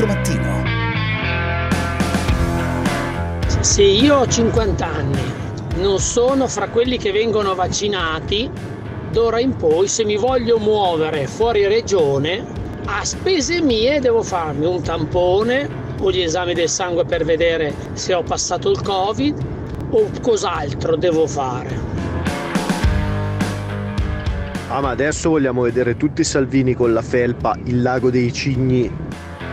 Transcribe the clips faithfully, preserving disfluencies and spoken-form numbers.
ventiquattro Mattino. Se io ho cinquanta anni, non sono fra quelli che vengono vaccinati, d'ora in poi se mi voglio muovere fuori regione, a spese mie devo farmi un tampone o gli esami del sangue per vedere se ho passato il Covid o cos'altro devo fare. Ah, ma adesso vogliamo vedere tutti i Salvini con la felpa, il lago dei cigni.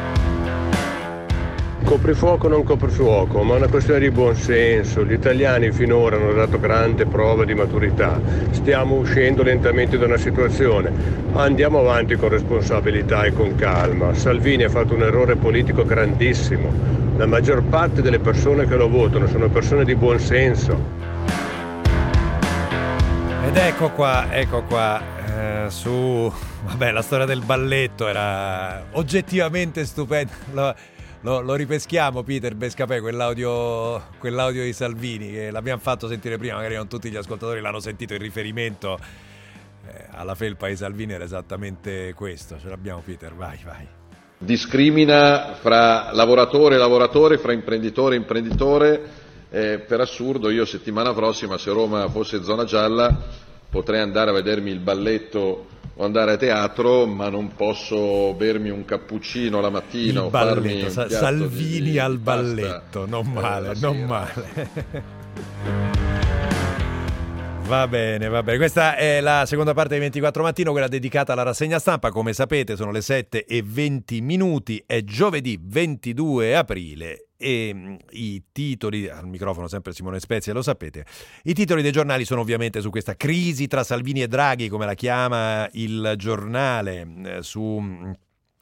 Coprifuoco o non coprifuoco, ma è una questione di buonsenso. Gli italiani finora hanno dato grande prova di maturità. Stiamo uscendo lentamente da una situazione. Andiamo avanti con responsabilità e con calma. Salvini ha fatto un errore politico grandissimo. La maggior parte delle persone che lo votano sono persone di buonsenso. Ed ecco qua, ecco qua, eh, su... Vabbè, la storia del balletto era oggettivamente stupenda. Lo... Lo, lo ripeschiamo, Peter Bescapè, quell'audio, quell'audio di Salvini che l'abbiamo fatto sentire prima, magari non tutti gli ascoltatori l'hanno sentito, il riferimento eh, alla felpa di Salvini era esattamente questo. Ce l'abbiamo, Peter, vai, vai. Discrimina fra lavoratore e lavoratore, fra imprenditore e imprenditore, eh, per assurdo io settimana prossima, se Roma fosse zona gialla, potrei andare a vedermi il balletto o andare a teatro, ma non posso bermi un cappuccino la mattina o farmi un Sa- piatto Salvini di, al di pasta, balletto, non male, eh, non male. Va bene, va bene. Questa è la seconda parte di ventiquattro Mattino, quella dedicata alla rassegna stampa. Come sapete sono le sette e venti minuti, è giovedì ventidue aprile e mh, i titoli, al microfono sempre Simone Spezia, lo sapete, i titoli dei giornali sono ovviamente su questa crisi tra Salvini e Draghi, come la chiama il giornale, eh, su...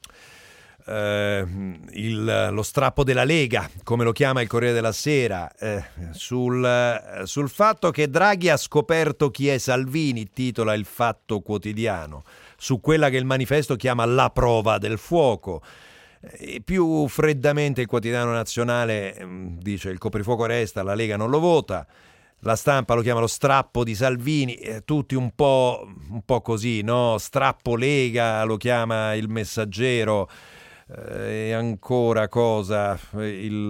Uh, il, lo strappo della Lega, come lo chiama il Corriere della Sera, eh, sul, uh, sul fatto che Draghi ha scoperto chi è Salvini, titola il Fatto Quotidiano, su quella che il Manifesto chiama la prova del fuoco. E più freddamente il Quotidiano Nazionale eh, dice il coprifuoco resta, la Lega non lo vota. La Stampa lo chiama lo strappo di Salvini, eh, tutti un po', un po' così, no? Strappo Lega lo chiama il Messaggero. E ancora cosa, il,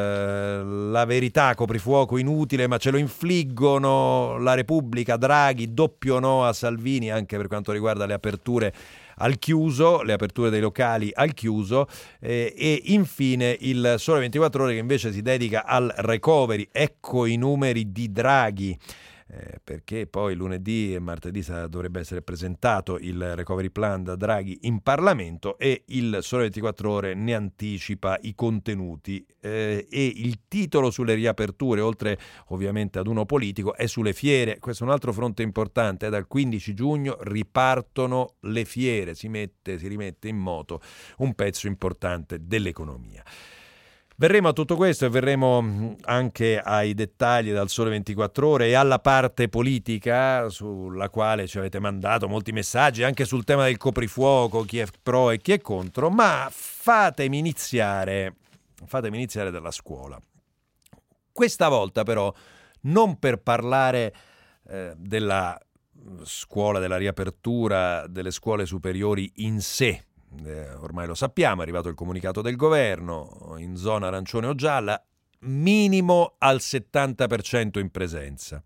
la Verità, coprifuoco inutile ma ce lo infliggono, la Repubblica, Draghi, doppio no a Salvini anche per quanto riguarda le aperture al chiuso, le aperture dei locali al chiuso, eh, e infine il Sole ventiquattro Ore che invece si dedica al recovery. Ecco i numeri di Draghi. Eh, perché poi lunedì e martedì dovrebbe essere presentato il recovery plan da Draghi in Parlamento e il Sole ventiquattro Ore ne anticipa i contenuti, eh, e il titolo sulle riaperture, oltre ovviamente ad uno politico, è sulle fiere. Questo è un altro fronte importante, eh, dal quindici giugno ripartono le fiere, si mette, si rimette in moto un pezzo importante dell'economia. Verremo a tutto questo e verremo anche ai dettagli dal Sole ventiquattro Ore e alla parte politica sulla quale ci avete mandato molti messaggi anche sul tema del coprifuoco, chi è pro e chi è contro, ma fatemi iniziare, fatemi iniziare dalla scuola. Questa volta però non per parlare eh, della scuola, della riapertura delle scuole superiori in sé. Eh, ormai lo sappiamo, è arrivato il comunicato del governo, in zona arancione o gialla, minimo al settanta per cento in presenza.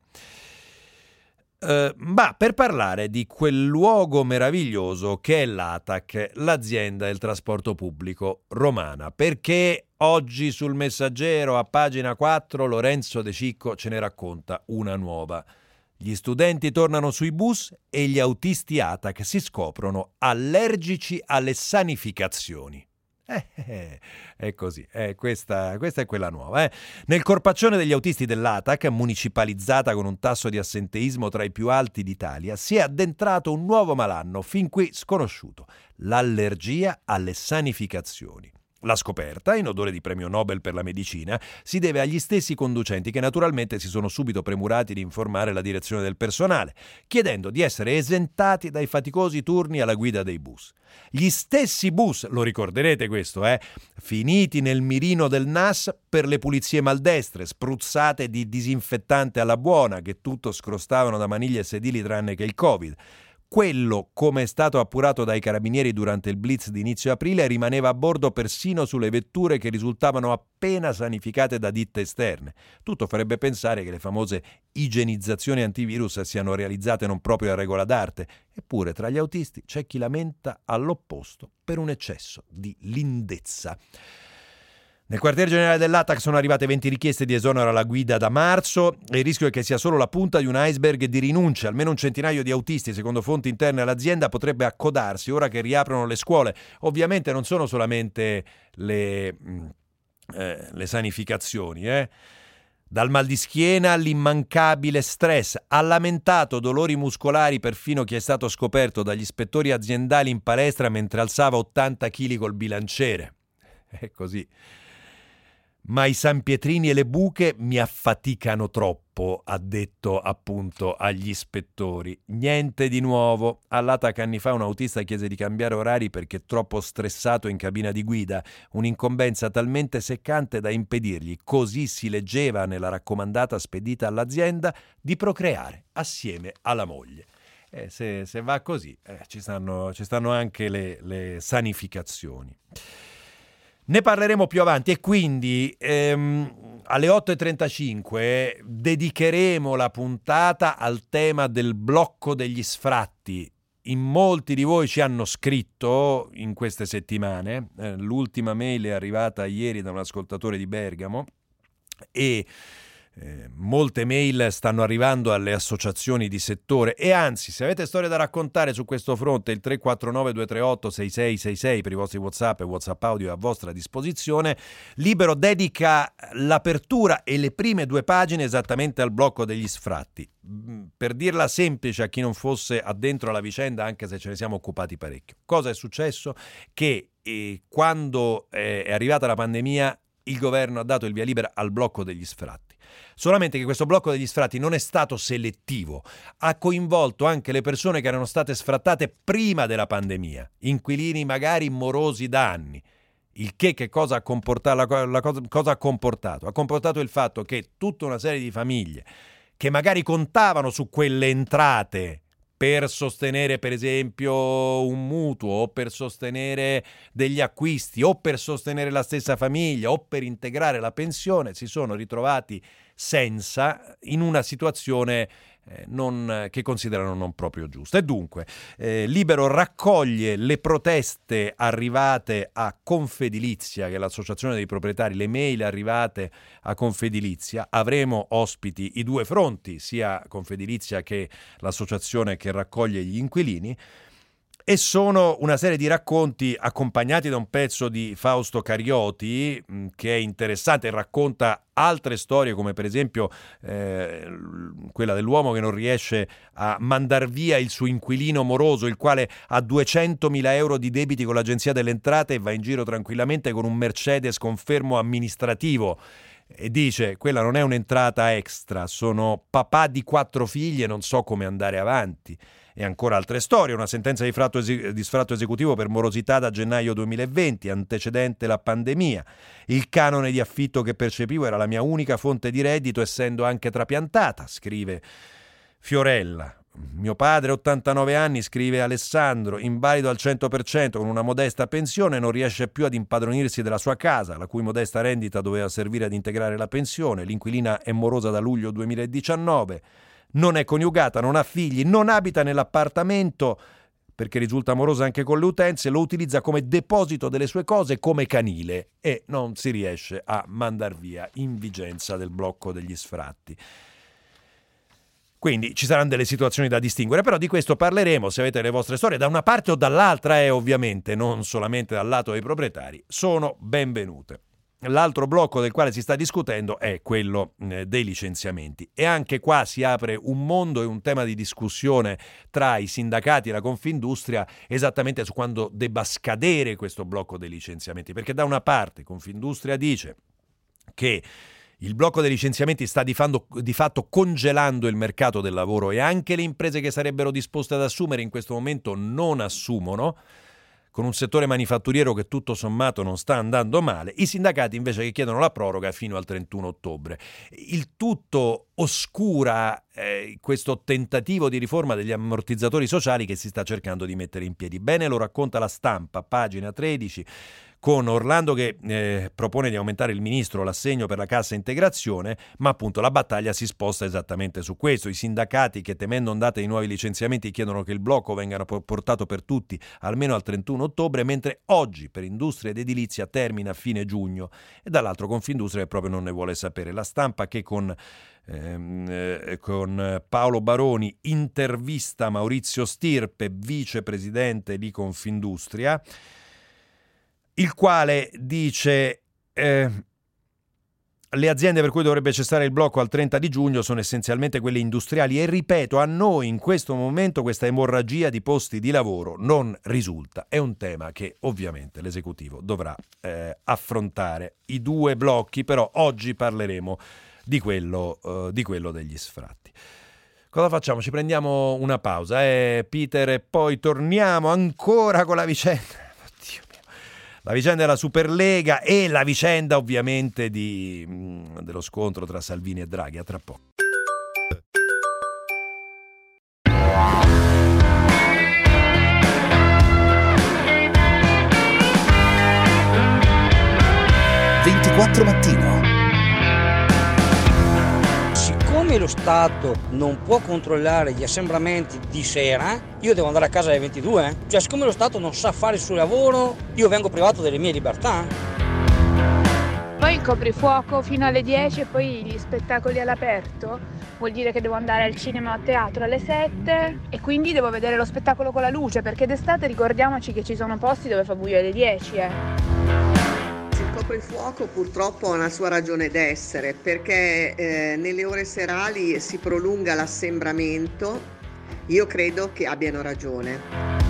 Eh, ma per parlare di quel luogo meraviglioso che è l'A T A C, l'azienda del trasporto pubblico romana, perché oggi sul Messaggero a pagina quattro Lorenzo De Cicco ce ne racconta una nuova. Gli studenti tornano sui bus e gli autisti A T A C si scoprono allergici alle sanificazioni. Eh, eh, è così, eh, questa, questa è quella nuova. Eh. Nel corpaccione degli autisti dell'A T A C, municipalizzata con un tasso di assenteismo tra i più alti d'Italia, si è addentrato un nuovo malanno fin qui sconosciuto, l'allergia alle sanificazioni. La scoperta, in odore di premio Nobel per la medicina, si deve agli stessi conducenti che naturalmente si sono subito premurati di informare la direzione del personale, chiedendo di essere esentati dai faticosi turni alla guida dei bus. Gli stessi bus, lo ricorderete questo, eh, finiti nel mirino del N A S per le pulizie maldestre, spruzzate di disinfettante alla buona, che tutto scrostavano da maniglie e sedili tranne che il Covid. Quello, come è stato appurato dai carabinieri durante il blitz di inizio aprile, rimaneva a bordo persino sulle vetture che risultavano appena sanificate da ditte esterne. Tutto farebbe pensare che le famose igienizzazioni antivirus siano realizzate non proprio a regola d'arte. Eppure tra gli autisti c'è chi lamenta all'opposto per un eccesso di lindezza. Nel quartier generale dell'A T A C sono arrivate venti richieste di esonero alla guida da marzo e il rischio è che sia solo la punta di un iceberg di rinunce. Almeno un centinaio di autisti, secondo fonti interne all'azienda, potrebbe accodarsi ora che riaprono le scuole. Ovviamente non sono solamente le, eh, le sanificazioni, eh. Dal mal di schiena all'immancabile stress. Ha lamentato dolori muscolari perfino chi è stato scoperto dagli ispettori aziendali in palestra mentre alzava ottanta chili col bilanciere. È così. Ma i sanpietrini e le buche mi affaticano troppo, ha detto appunto agli ispettori. Niente di nuovo. All'A T A C anni fa un autista chiese di cambiare orari perché troppo stressato in cabina di guida, un'incombenza talmente seccante da impedirgli, così si leggeva nella raccomandata spedita all'azienda, di procreare assieme alla moglie. Eh, se, se va così eh, ci stanno, ci stanno anche le, le sanificazioni. Ne parleremo più avanti e quindi ehm, alle otto e trentacinque dedicheremo la puntata al tema del blocco degli sfratti. In molti di voi ci hanno scritto in queste settimane, eh, l'ultima mail è arrivata ieri da un ascoltatore di Bergamo e Eh, molte mail stanno arrivando alle associazioni di settore e anzi, se avete storie da raccontare su questo fronte, il tre quattro nove due tre otto sei sei sei sei per i vostri WhatsApp e WhatsApp audio è a vostra disposizione. Libero dedica l'apertura e le prime due pagine esattamente al blocco degli sfratti. Per dirla semplice a chi non fosse addentro alla vicenda, anche se ce ne siamo occupati parecchio. Cosa è successo? Che eh, quando eh, è arrivata la pandemia il governo ha dato il via libera al blocco degli sfratti. Solamente che questo blocco degli sfratti non è stato selettivo, ha coinvolto anche le persone che erano state sfrattate prima della pandemia, inquilini magari morosi da anni. Il che, che cosa ha comportato? La, la cosa, cosa ha comportato? Ha comportato il fatto che tutta una serie di famiglie che magari contavano su quelle entrate per sostenere per esempio un mutuo o per sostenere degli acquisti o per sostenere la stessa famiglia o per integrare la pensione, si sono ritrovati senza in una situazione eh, non, che considerano non proprio giusta. E dunque eh, Libero raccoglie le proteste arrivate a Confedilizia, che è l'associazione dei proprietari, le mail arrivate a Confedilizia. Avremo ospiti i due fronti, sia Confedilizia che l'associazione che raccoglie gli inquilini, e sono una serie di racconti accompagnati da un pezzo di Fausto Carioti mh, che è interessante, racconta altre storie come per esempio eh, quella dell'uomo che non riesce a mandar via il suo inquilino moroso, il quale ha duecentomila euro di debiti con l'Agenzia delle Entrate e va in giro tranquillamente con un Mercedes con fermo amministrativo. E dice: quella non è un'entrata extra, sono papà di quattro figli e non so come andare avanti. E ancora altre storie, una sentenza di, fratto ese- di sfratto esecutivo per morosità da gennaio duemilaventi, antecedente la pandemia. Il canone di affitto che percepivo era la mia unica fonte di reddito, essendo anche trapiantata, scrive Fiorella. Mio padre, ottantanove anni, scrive Alessandro, invalido al cento per cento con una modesta pensione, non riesce più ad impadronirsi della sua casa, la cui modesta rendita doveva servire ad integrare la pensione. L'inquilina è morosa da luglio duemiladiciannove, non è coniugata, non ha figli, non abita nell'appartamento perché risulta morosa anche con le utenze, lo utilizza come deposito delle sue cose, come canile, e non si riesce a mandar via in vigenza del blocco degli sfratti. Quindi ci saranno delle situazioni da distinguere, però di questo parleremo se avete le vostre storie, da una parte o dall'altra, e ovviamente non solamente dal lato dei proprietari, sono benvenute. L'altro blocco del quale si sta discutendo è quello eh, dei licenziamenti, e anche qua si apre un mondo e un tema di discussione tra i sindacati e la Confindustria esattamente su quando debba scadere questo blocco dei licenziamenti, perché da una parte Confindustria dice che il blocco dei licenziamenti sta di, fando, di fatto congelando il mercato del lavoro e anche le imprese che sarebbero disposte ad assumere in questo momento non assumono. con un settore manifatturiero che tutto sommato non sta andando male, i sindacati invece che chiedono la proroga fino al trentuno ottobre. Il tutto oscura eh, questo tentativo di riforma degli ammortizzatori sociali che si sta cercando di mettere in piedi. Bene lo racconta La Stampa, pagina tredici, con Orlando che eh, propone di aumentare il ministro l'assegno per la cassa integrazione, ma appunto la battaglia si sposta esattamente su questo. I sindacati che, temendo ondate di nuovi licenziamenti, chiedono che il blocco venga portato per tutti almeno al trentuno ottobre, mentre oggi per industria ed edilizia termina a fine giugno, e dall'altro Confindustria che proprio non ne vuole sapere. La Stampa che con Ehm, eh, con Paolo Baroni intervista Maurizio Stirpe, vicepresidente di Confindustria, il quale dice eh, le aziende per cui dovrebbe cessare il blocco al trenta di giugno sono essenzialmente quelle industriali e, ripeto, a noi in questo momento questa emorragia di posti di lavoro non risulta. È un tema che ovviamente l'esecutivo dovrà eh, affrontare. I due blocchi, però oggi parleremo di quello, uh, di quello degli sfratti. Cosa facciamo? Ci prendiamo una pausa, eh, Peter, e poi torniamo ancora con la vicenda. Oddio mio. La vicenda della Superlega e la vicenda ovviamente di, mh, dello scontro tra Salvini e Draghi. A tra poco. ventiquattro Mattino. Lo Stato non può controllare gli assembramenti di sera, io devo andare a casa alle ventidue? Cioè, siccome lo Stato non sa fare il suo lavoro, io vengo privato delle mie libertà? Poi il coprifuoco fino alle dieci e poi gli spettacoli all'aperto, vuol dire che devo andare al cinema o a teatro alle sette e quindi devo vedere lo spettacolo con la luce, perché d'estate ricordiamoci che ci sono posti dove fa buio alle dieci, eh. Il coprifuoco purtroppo ha una sua ragione d'essere, perché eh, nelle ore serali si prolunga l'assembramento. Io credo che abbiano ragione.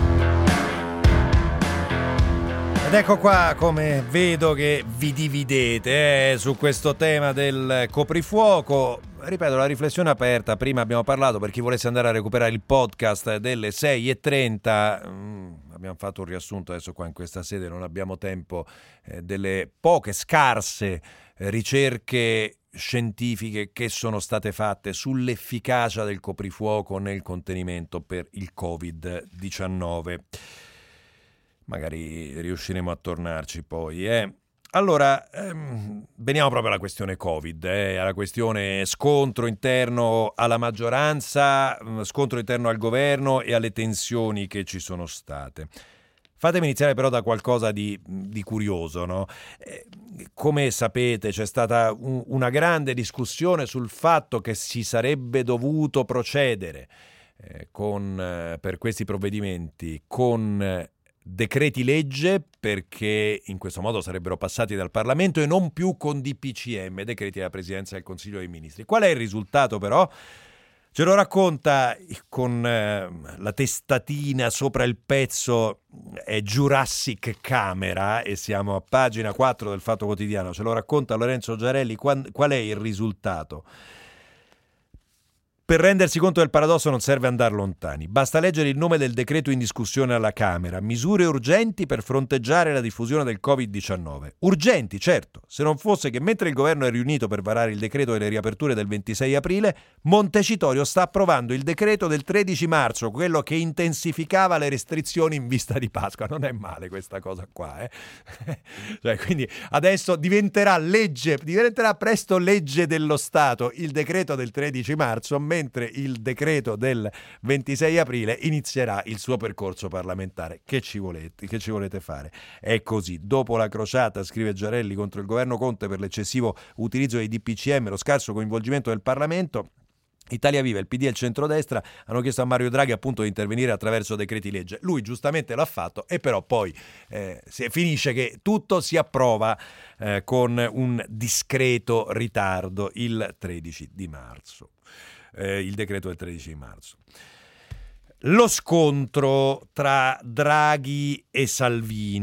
Ed ecco qua come vedo che vi dividete eh, su questo tema del coprifuoco. Ripeto, la riflessione aperta. Prima abbiamo parlato, per chi volesse andare a recuperare il podcast delle sei e trenta, mh, abbiamo fatto un riassunto adesso qua in questa sede, non abbiamo tempo, eh, delle poche scarse eh, ricerche scientifiche che sono state fatte sull'efficacia del coprifuoco nel contenimento per il covid diciannove. Magari riusciremo a tornarci poi, eh. Allora, ehm, veniamo proprio alla questione Covid, eh, alla questione scontro interno alla maggioranza, scontro interno al governo e alle tensioni che ci sono state. Fatemi iniziare però da qualcosa di, di curioso, no? Eh, come sapete c'è stata un, una grande discussione sul fatto che si sarebbe dovuto procedere eh, con, eh, per questi provvedimenti con eh, decreti legge, perché in questo modo sarebbero passati dal Parlamento e non più con D P C M, decreti della Presidenza del Consiglio dei Ministri. Qual è il risultato però? Ce lo racconta con eh, la testatina sopra il pezzo, è Jurassic Camera, e siamo a pagina quattro del Fatto Quotidiano. Ce lo racconta Lorenzo Giarelli. Qual, qual è il risultato? Per rendersi conto del paradosso non serve andare lontani. Basta leggere il nome del decreto in discussione alla Camera. Misure urgenti per fronteggiare la diffusione del covid diciannove. Urgenti, certo, se non fosse che mentre il governo è riunito per varare il decreto delle riaperture del ventisei aprile, Montecitorio sta approvando il decreto del tredici marzo, quello che intensificava le restrizioni in vista di Pasqua. Non è male questa cosa qua, eh? Cioè, quindi adesso diventerà legge, diventerà presto legge dello Stato il decreto del tredici marzo, mentre il decreto del ventisei aprile inizierà il suo percorso parlamentare. Che ci volete, che ci volete fare? È così. Dopo la crociata, scrive Giarelli, contro il governo Conte per l'eccessivo utilizzo dei D P C M, lo scarso coinvolgimento del Parlamento, Italia Viva, il P D e il centrodestra hanno chiesto a Mario Draghi appunto di intervenire attraverso decreti legge. Lui giustamente l'ha fatto, e però poi eh, si finisce che tutto si approva eh, con un discreto ritardo il tredici di marzo. Eh, il decreto del tredici marzo. Lo scontro tra Draghi e Salvini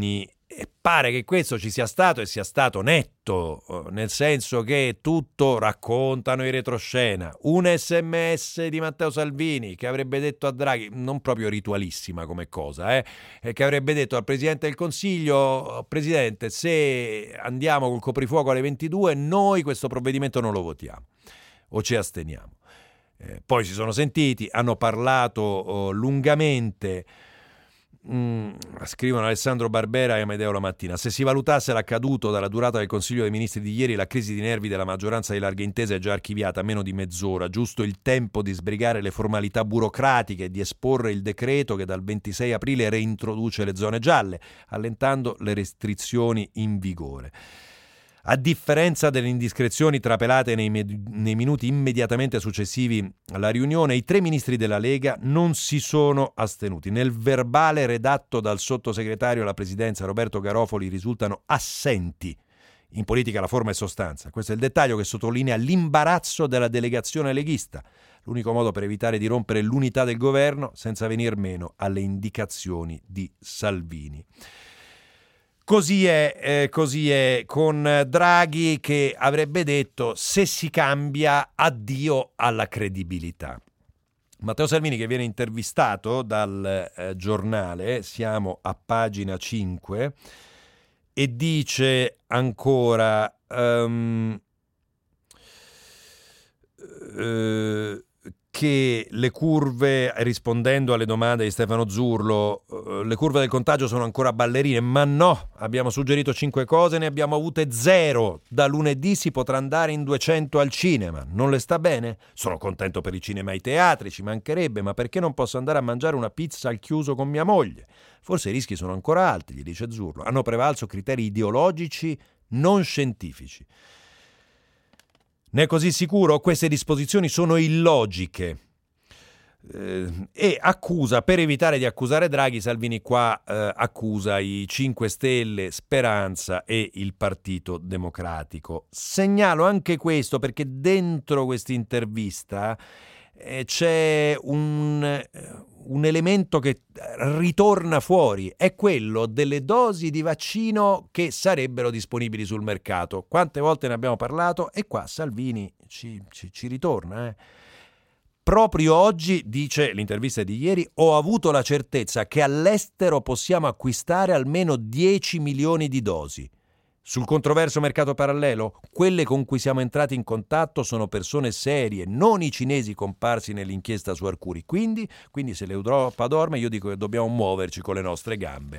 E pare che questo ci sia stato e sia stato netto, nel senso che tutto raccontano in retroscena. Un sms di Matteo Salvini che avrebbe detto a Draghi, non proprio ritualissima come cosa, eh, che avrebbe detto al Presidente del Consiglio: Presidente, se andiamo col coprifuoco alle ventidue, noi questo provvedimento non lo votiamo o ci asteniamo. Eh, poi si sono sentiti, hanno parlato oh, lungamente. Mm, scrivono Alessandro Barbera e Amedeo La Mattina: se si valutasse l'accaduto dalla durata del Consiglio dei Ministri di ieri, la crisi di nervi della maggioranza di larga intesa è già archiviata a meno di mezz'ora, giusto il tempo di sbrigare le formalità burocratiche e di esporre il decreto che dal ventisei aprile reintroduce le zone gialle, allentando le restrizioni in vigore. A differenza delle indiscrezioni trapelate nei, med- nei minuti immediatamente successivi alla riunione, i tre ministri della Lega non si sono astenuti. Nel verbale redatto dal sottosegretario alla Presidenza Roberto Garofoli risultano assenti. In politica la forma è sostanza. Questo è il dettaglio che sottolinea l'imbarazzo della delegazione leghista. L'unico modo per evitare di rompere l'unità del governo senza venir meno alle indicazioni di Salvini. Così è, eh, così è con Draghi che avrebbe detto: se si cambia, addio alla credibilità. Matteo Salvini che viene intervistato dal eh, giornale, siamo a pagina cinque, e dice ancora um, uh, che le curve, rispondendo alle domande di Stefano Zurlo, uh, le curve del contagio sono ancora ballerine, ma no, abbiamo suggerito cinque cose, ne abbiamo avute zero. Da lunedì si potrà andare in duecento al cinema. Non le sta bene? Sono contento per i cinema e i teatri, ci mancherebbe, ma perché non posso andare a mangiare una pizza al chiuso con mia moglie? Forse i rischi sono ancora alti, gli dice Zurlo. Hanno prevalso criteri ideologici, non scientifici. Ne è così sicuro? Queste disposizioni sono illogiche. Eh, e accusa, per evitare di accusare Draghi, Salvini qua eh, accusa i cinque Stelle, Speranza e il Partito Democratico. Segnalo anche questo perché dentro questa intervista eh, c'è un, un elemento che ritorna fuori, è quello delle dosi di vaccino che sarebbero disponibili sul mercato. Quante volte ne abbiamo parlato e qua Salvini ci, ci, ci ritorna. Eh. Proprio oggi, dice l'intervista di ieri, ho avuto la certezza che all'estero possiamo acquistare almeno dieci milioni di dosi. Sul controverso mercato parallelo, quelle con cui siamo entrati in contatto sono persone serie, non i cinesi comparsi nell'inchiesta su Arcuri. Quindi, quindi se l'Europa dorme, io dico che dobbiamo muoverci con le nostre gambe.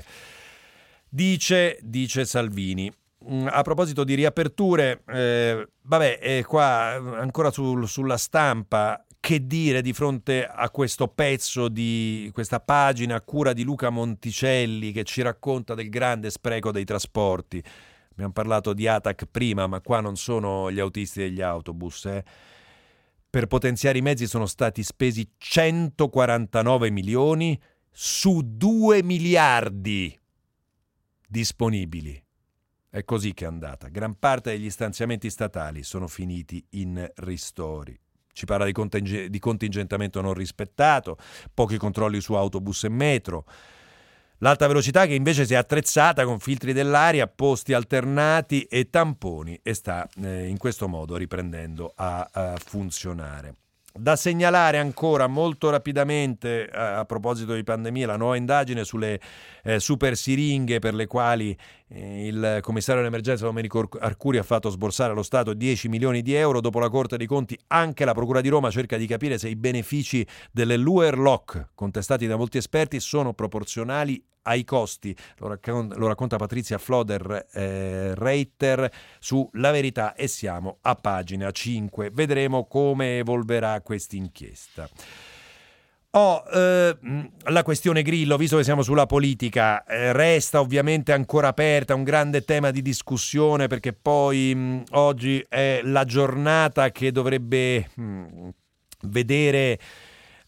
Dice, dice Salvini. A proposito di riaperture, eh, vabbè, eh, qua ancora sul, sulla Stampa, che dire di fronte a questo pezzo di questa pagina a cura di Luca Monticelli che ci racconta del grande spreco dei trasporti. Abbiamo parlato di A T A C prima, ma qua non sono gli autisti degli autobus. Eh. Per potenziare i mezzi sono stati spesi centoquarantanove milioni su due miliardi disponibili. È così che è andata. Gran parte degli stanziamenti statali sono finiti in ristori. Ci parla di, conting- di contingentamento non rispettato, pochi controlli su autobus e metro. L'alta velocità che invece si è attrezzata con filtri dell'aria, posti alternati e tamponi e sta eh, in questo modo riprendendo a, a funzionare. Da segnalare ancora molto rapidamente, a, a proposito di pandemia, la nuova indagine sulle eh, super siringhe per le quali eh, il commissario all'emergenza Domenico Arcuri ha fatto sborsare allo Stato dieci milioni di euro. Dopo la Corte dei Conti anche la Procura di Roma cerca di capire se i benefici delle Luer Lock, contestati da molti esperti, sono proporzionali ai costi. Lo, raccon- lo racconta Patrizia Floder eh, Reiter su La Verità e siamo a pagina cinque. Vedremo come evolverà questa inchiesta. Oh, eh, la questione Grillo, visto che siamo sulla politica, eh, resta ovviamente ancora aperta, un grande tema di discussione, perché poi mh, oggi è la giornata che dovrebbe mh, vedere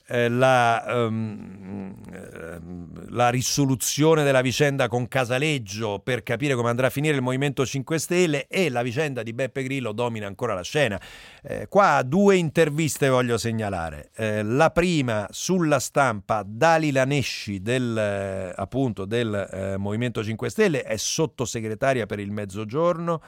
eh, la, um, la risoluzione della vicenda con Casaleggio per capire come andrà a finire il Movimento cinque Stelle, e la vicenda di Beppe Grillo domina ancora la scena. Eh, qua due interviste voglio segnalare. Eh, la prima sulla Stampa, Dalila Nesci del, eh, appunto, del eh, Movimento cinque Stelle, è sottosegretaria per il Mezzogiorno,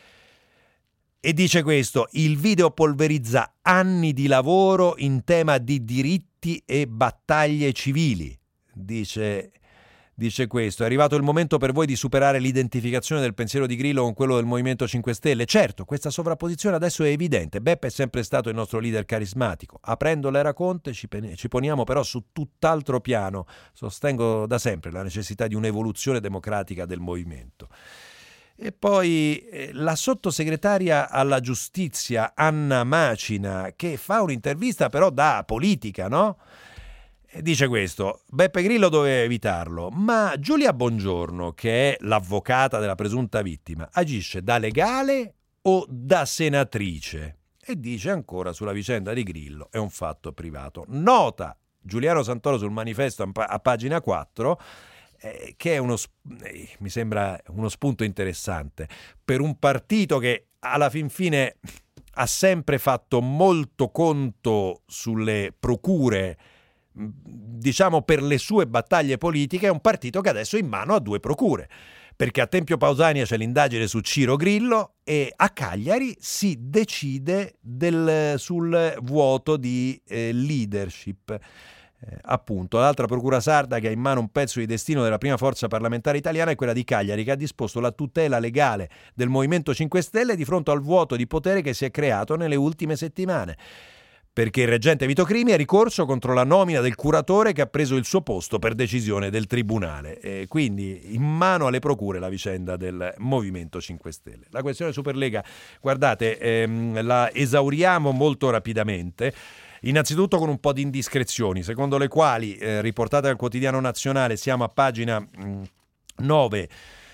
e dice questo: il video polverizza anni di lavoro in tema di diritti e battaglie civili. Dice, dice questo: è arrivato il momento per voi di superare l'identificazione del pensiero di Grillo con quello del Movimento cinque Stelle. Certo, questa sovrapposizione adesso è evidente. Beppe è sempre stato il nostro leader carismatico. Aprendo l'era Conte ci, pen- ci poniamo però su tutt'altro piano. Sostengo da sempre la necessità di un'evoluzione democratica del movimento. E poi eh, la sottosegretaria alla giustizia Anna Macina, che fa un'intervista però da politica, no? E dice questo: Beppe Grillo doveva evitarlo, ma Giulia Bongiorno, che è l'avvocata della presunta vittima, agisce da legale o da senatrice? E dice ancora sulla vicenda di Grillo: è un fatto privato. Nota Giuliano Santoro sul Manifesto a pagina quattro, Eh, che è uno, eh, mi sembra uno spunto interessante per un partito che alla fin fine ha sempre fatto molto conto sulle procure, diciamo per le sue battaglie politiche. È un partito che adesso è in mano a due procure, perché a Tempio Pausania c'è l'indagine su Ciro Grillo e a Cagliari si decide del, sul vuoto di eh, leadership. Eh, appunto, l'altra procura sarda che ha in mano un pezzo di destino della prima forza parlamentare italiana è quella di Cagliari, che ha disposto la tutela legale del Movimento cinque Stelle di fronte al vuoto di potere che si è creato nelle ultime settimane, perché il reggente Vito Crimi è ricorso contro la nomina del curatore che ha preso il suo posto per decisione del tribunale. E quindi in mano alle procure la vicenda del Movimento cinque Stelle. La questione Superlega, guardate, ehm, la esauriamo molto rapidamente. Innanzitutto con un po' di indiscrezioni, secondo le quali, eh, riportate dal Quotidiano Nazionale, siamo a pagina mh, nove,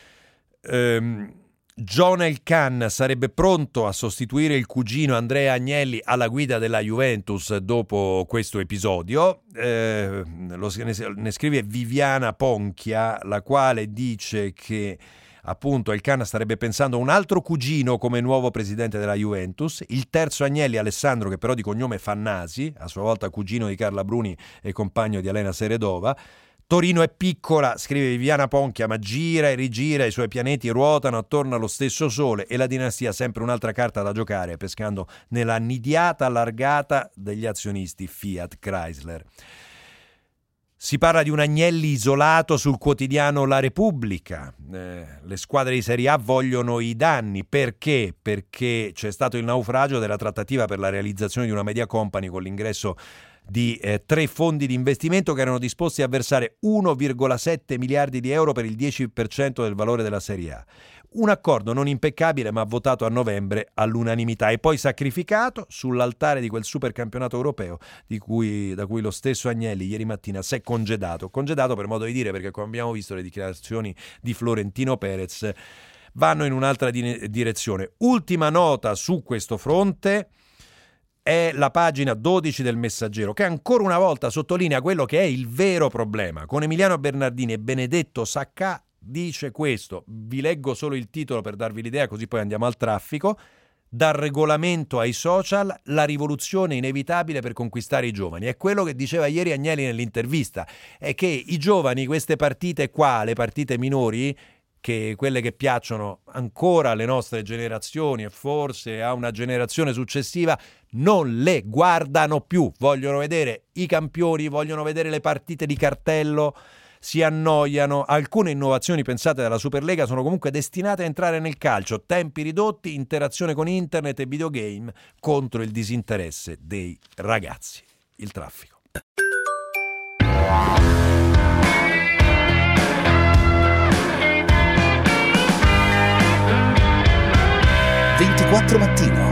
ehm, John Elkann sarebbe pronto a sostituire il cugino Andrea Agnelli alla guida della Juventus dopo questo episodio. Eh, lo, ne scrive Viviana Ponchia, la quale dice che appunto Elkann starebbe pensando a un altro cugino come nuovo presidente della Juventus. Il terzo Agnelli, Alessandro, che però di cognome Fannasi, a sua volta cugino di Carla Bruni e compagno di Elena Seredova. Torino è piccola, scrive Viviana Ponchia, ma gira e rigira, i suoi pianeti ruotano attorno allo stesso sole e la dinastia ha sempre un'altra carta da giocare, pescando nella nidiata allargata degli azionisti Fiat Chrysler. Si parla di un Agnelli isolato sul quotidiano La Repubblica. Eh, le squadre di Serie A vogliono i danni. Perché? Perché c'è stato il naufragio della trattativa per la realizzazione di una media company con l'ingresso di eh, tre fondi di investimento che erano disposti a versare uno virgola sette miliardi di euro per il dieci per cento del valore della Serie A. Un accordo non impeccabile, ma votato a novembre all'unanimità e poi sacrificato sull'altare di quel supercampionato europeo di cui, da cui lo stesso Agnelli ieri mattina si è congedato. Congedato per modo di dire, perché come abbiamo visto le dichiarazioni di Florentino Perez vanno in un'altra di- direzione. Ultima nota su questo fronte è la pagina dodici del Messaggero, che ancora una volta sottolinea quello che è il vero problema. Con Emiliano Bernardini e Benedetto Saccà dice questo, vi leggo solo il titolo per darvi l'idea, così poi andiamo al traffico. Dal regolamento ai social, la rivoluzione inevitabile per conquistare i giovani. È quello che diceva ieri Agnelli nell'intervista, è che i giovani, queste partite qua, le partite minori, che quelle che piacciono ancora alle nostre generazioni e forse a una generazione successiva, non le guardano più, vogliono vedere i campioni, vogliono vedere le partite di cartello, si annoiano. Alcune innovazioni pensate dalla Superlega sono comunque destinate a entrare nel calcio: tempi ridotti, interazione con internet e videogame contro il disinteresse dei ragazzi. Il traffico. ventiquattro mattino.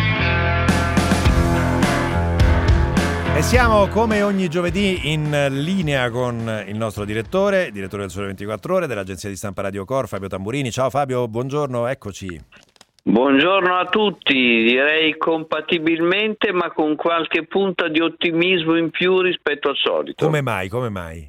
E siamo come ogni giovedì in linea con il nostro direttore, direttore del Sole ventiquattro Ore, dell'agenzia di stampa Radio Cor, Fabio Tamburini. Ciao Fabio, buongiorno, eccoci. Buongiorno a tutti, direi compatibilmente ma con qualche punta di ottimismo in più rispetto al solito. Come mai? Come mai?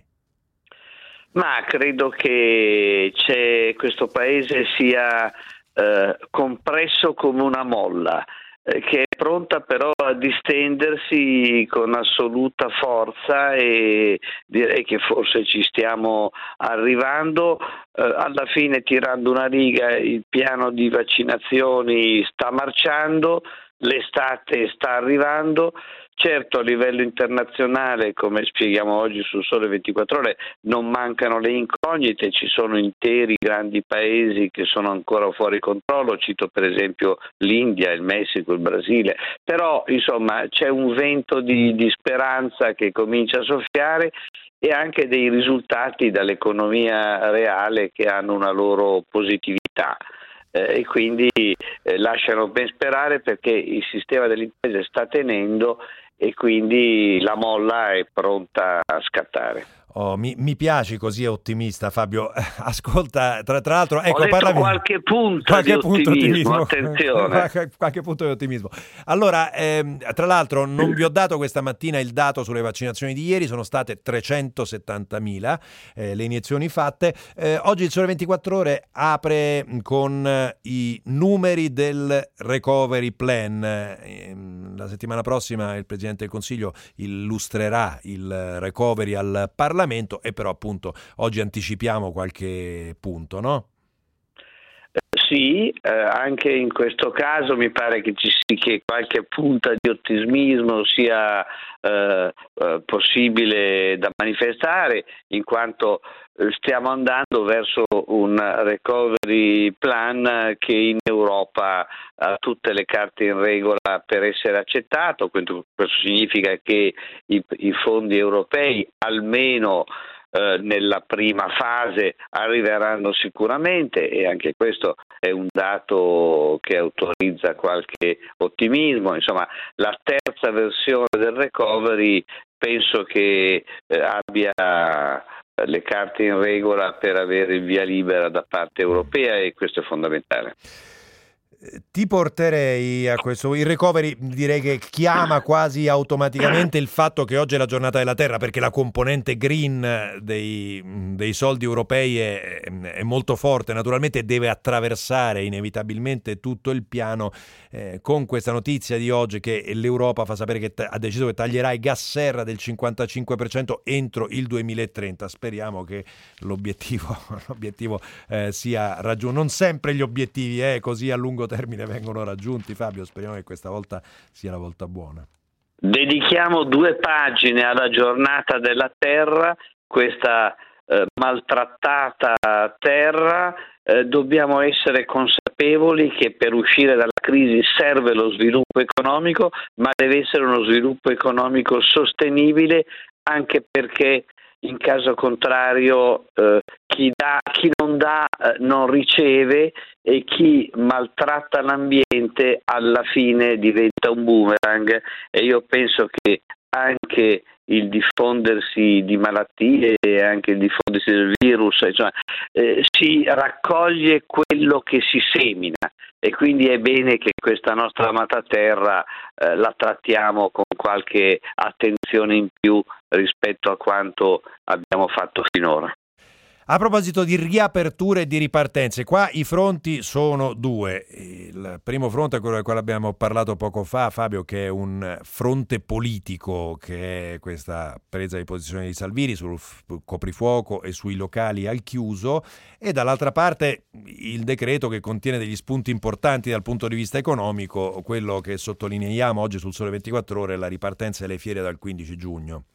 Ma credo che c'è, questo paese sia eh, compresso come una molla, eh, che è pronta però a distendersi con assoluta forza, e direi che forse ci stiamo arrivando. Eh, alla fine, tirando una riga, il piano di vaccinazioni sta marciando, l'estate sta arrivando. Certo, a livello internazionale, come spieghiamo oggi sul Sole ventiquattro Ore, non mancano le incognite, ci sono interi grandi paesi che sono ancora fuori controllo, cito per esempio l'India, il Messico, il Brasile, però insomma c'è un vento di, di speranza che comincia a soffiare, e anche dei risultati dall'economia reale che hanno una loro positività. Eh, e quindi eh, lasciano ben sperare, perché il sistema delle imprese sta tenendo e quindi la molla è pronta a scattare. Oh, mi, mi piaci così ottimista, Fabio. Ascolta, tra, tra l'altro, ecco, ho detto parlami... qualche punto qualche di punto ottimismo, attenzione. qualche, qualche punto di ottimismo. Allora, ehm, tra l'altro, non vi ho dato questa mattina il dato sulle vaccinazioni di ieri, sono state trecentosettantamila eh, le iniezioni fatte. Eh, oggi il Sole ventiquattro Ore apre con eh, i numeri del Recovery Plan. Eh, la settimana prossima il Presidente del Consiglio illustrerà il recovery al Parlamento. E però appunto oggi anticipiamo qualche punto, no? Sì, eh, anche in questo caso mi pare che ci sia che qualche punta di ottimismo sia eh, eh, possibile da manifestare, in quanto stiamo andando verso un recovery plan che in Europa ha tutte le carte in regola per essere accettato. Questo significa che i, i fondi europei, almeno eh, nella prima fase, arriveranno sicuramente, e anche questo è un dato che autorizza qualche ottimismo. Insomma, la terza versione del recovery penso che eh, abbia le carte in regola per avere il via libera da parte europea, e questo è fondamentale. Ti porterei a questo, il recovery direi che chiama quasi automaticamente il fatto che oggi è la giornata della terra, perché la componente green dei, dei soldi europei è, è molto forte, naturalmente deve attraversare inevitabilmente tutto il piano, eh, con questa notizia di oggi che l'Europa fa sapere che t- ha deciso che taglierà i gas serra del cinquantacinque per cento entro il duemilatrenta. Speriamo che l'obiettivo, l'obiettivo eh, sia raggiunto. Non sempre gli obiettivi eh, così a lungo termine vengono raggiunti, Fabio, speriamo che questa volta sia la volta buona. Dedichiamo due pagine alla giornata della terra, questa eh, maltrattata terra. Eh, dobbiamo essere consapevoli che per uscire dalla crisi serve lo sviluppo economico, ma deve essere uno sviluppo economico sostenibile, anche perché in caso contrario eh, chi dà, chi non dà eh, non riceve, e chi maltratta l'ambiente alla fine diventa un boomerang, e io penso che anche il diffondersi di malattie e anche il diffondersi del virus, insomma, eh, si raccoglie quello che si semina, e quindi è bene che questa nostra amata terra eh, la trattiamo con qualche attenzione in più rispetto a quanto abbiamo fatto finora. A proposito di riaperture e di ripartenze, qua i fronti sono due. Il primo fronte è quello del quale abbiamo parlato poco fa, Fabio, che è un fronte politico, che è questa presa di posizione di Salvini sul coprifuoco e sui locali al chiuso, e dall'altra parte il decreto che contiene degli spunti importanti dal punto di vista economico, quello che sottolineiamo oggi sul Sole ventiquattro Ore, la ripartenza delle fiere dal quindici giugno.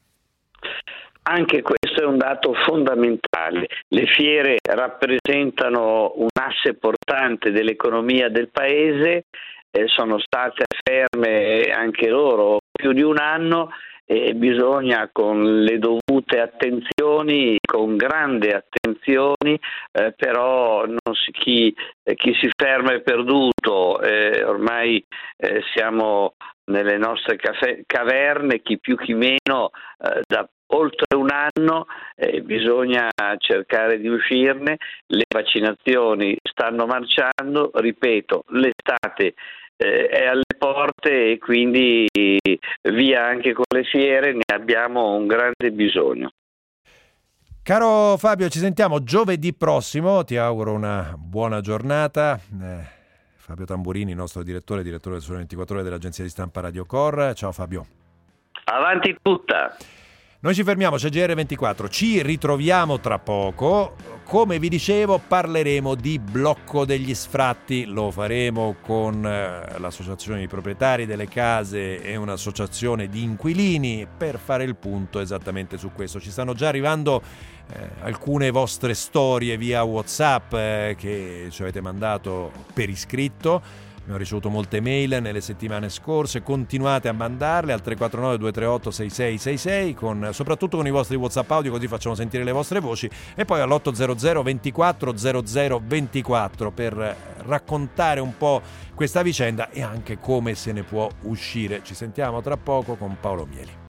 Anche questo è un dato fondamentale. Le fiere rappresentano un asse portante dell'economia del paese, eh, sono state ferme anche loro più di un anno, e bisogna con le dovute attenzioni con grande attenzione, eh, però non si, chi, eh, chi si ferma è perduto, eh, ormai eh, siamo nelle nostre cafe- caverne, chi più chi meno, eh, da oltre un anno, eh, bisogna cercare di uscirne, le vaccinazioni stanno marciando, ripeto, l'estate eh, è alle porte e quindi via anche con le fiere, ne abbiamo un grande bisogno. Caro Fabio, ci sentiamo giovedì prossimo, ti auguro una buona giornata. Eh, Fabio Tamburini, nostro direttore, direttore del Sole ventiquattro Ore dell'agenzia di stampa Radio Cor. Ciao Fabio. Avanti tutta. Noi ci fermiamo, c'è G R ventiquattro, ci ritroviamo tra poco. Come vi dicevo, parleremo di blocco degli sfratti, lo faremo con eh, l'associazione di proprietari delle case e un'associazione di inquilini per fare il punto esattamente su questo. Ci stanno già arrivando eh, alcune vostre storie via WhatsApp eh, che ci avete mandato per iscritto. Abbiamo ricevuto molte mail nelle settimane scorse, continuate a mandarle al tre quattro nove due tre otto sei sei sei sei, con, soprattutto con i vostri WhatsApp audio, così facciamo sentire le vostre voci, e poi all'otto zero zero ventiquattro zero zero ventiquattro per raccontare un po' questa vicenda e anche come se ne può uscire. Ci sentiamo tra poco con Paolo Mieli.